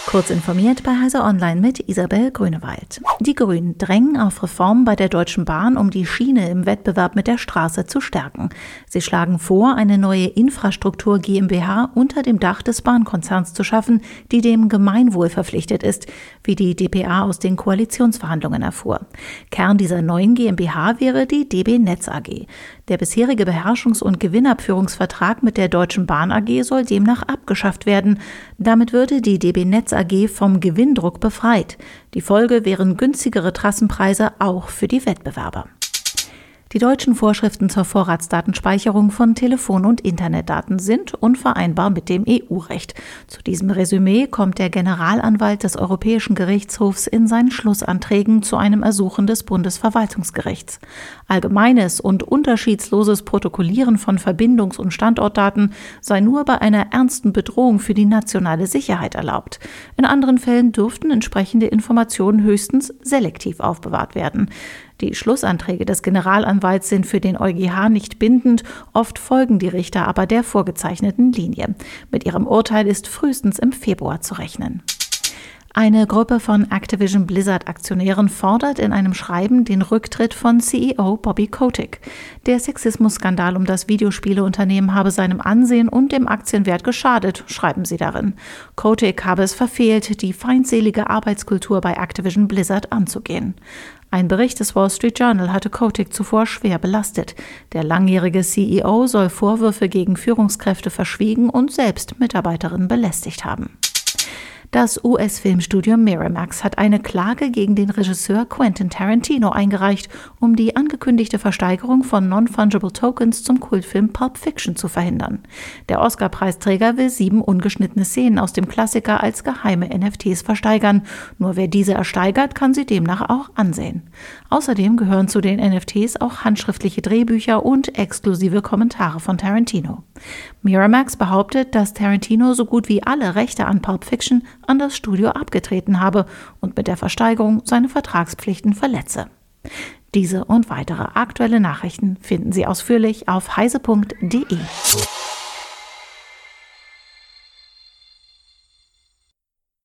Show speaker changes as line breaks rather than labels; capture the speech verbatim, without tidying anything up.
Kurz informiert bei Heise Online mit Isabel Grünewald. Die Grünen drängen auf Reformen bei der Deutschen Bahn, um die Schiene im Wettbewerb mit der Straße zu stärken. Sie schlagen vor, eine neue Infrastruktur GmbH unter dem Dach des Bahnkonzerns zu schaffen, die dem Gemeinwohl verpflichtet ist, wie die d p a aus den Koalitionsverhandlungen erfuhr. Kern dieser neuen GmbH wäre die D B Netz A G. Der bisherige Beherrschungs- und Gewinnabführungsvertrag mit der Deutschen Bahn A G soll demnach abgeschafft werden. Damit würde die D B Netz A G vom Gewinndruck befreit. Die Folge wären günstigere Trassenpreise auch für die Wettbewerber. Die deutschen Vorschriften zur Vorratsdatenspeicherung von Telefon- und Internetdaten sind unvereinbar mit dem E U-Recht. Zu diesem Resümee kommt der Generalanwalt des Europäischen Gerichtshofs in seinen Schlussanträgen zu einem Ersuchen des Bundesverwaltungsgerichts. Allgemeines und unterschiedsloses Protokollieren von Verbindungs- und Standortdaten sei nur bei einer ernsten Bedrohung für die nationale Sicherheit erlaubt. In anderen Fällen dürften entsprechende Informationen höchstens selektiv aufbewahrt werden. Die Schlussanträge des Generalanwalts sind für den EuGH nicht bindend, oft folgen die Richter aber der vorgezeichneten Linie. Mit ihrem Urteil ist frühestens im Februar zu rechnen. Eine Gruppe von Activision Blizzard-Aktionären fordert in einem Schreiben den Rücktritt von C E O Bobby Kotick. Der Sexismusskandal um das Videospieleunternehmen habe seinem Ansehen und dem Aktienwert geschadet, schreiben sie darin. Kotick habe es verfehlt, die feindselige Arbeitskultur bei Activision Blizzard anzugehen. Ein Bericht des Wall Street Journal hatte Kotick zuvor schwer belastet. Der langjährige C E O soll Vorwürfe gegen Führungskräfte verschwiegen und selbst Mitarbeiterinnen belästigt haben. Das U S-Filmstudio Miramax hat eine Klage gegen den Regisseur Quentin Tarantino eingereicht, um die angekündigte Versteigerung von Non-Fungible Tokens zum Kultfilm Pulp Fiction zu verhindern. Der Oscar-Preisträger will sieben ungeschnittene Szenen aus dem Klassiker als geheime N F Ts versteigern. Nur wer diese ersteigert, kann sie demnach auch ansehen. Außerdem gehören zu den N F Ts auch handschriftliche Drehbücher und exklusive Kommentare von Tarantino. Miramax behauptet, dass Tarantino so gut wie alle Rechte an Pulp Fiction an das Studio abgetreten habe und mit der Versteigerung seine Vertragspflichten verletze. Diese und weitere aktuelle Nachrichten finden Sie ausführlich auf heise punkt de.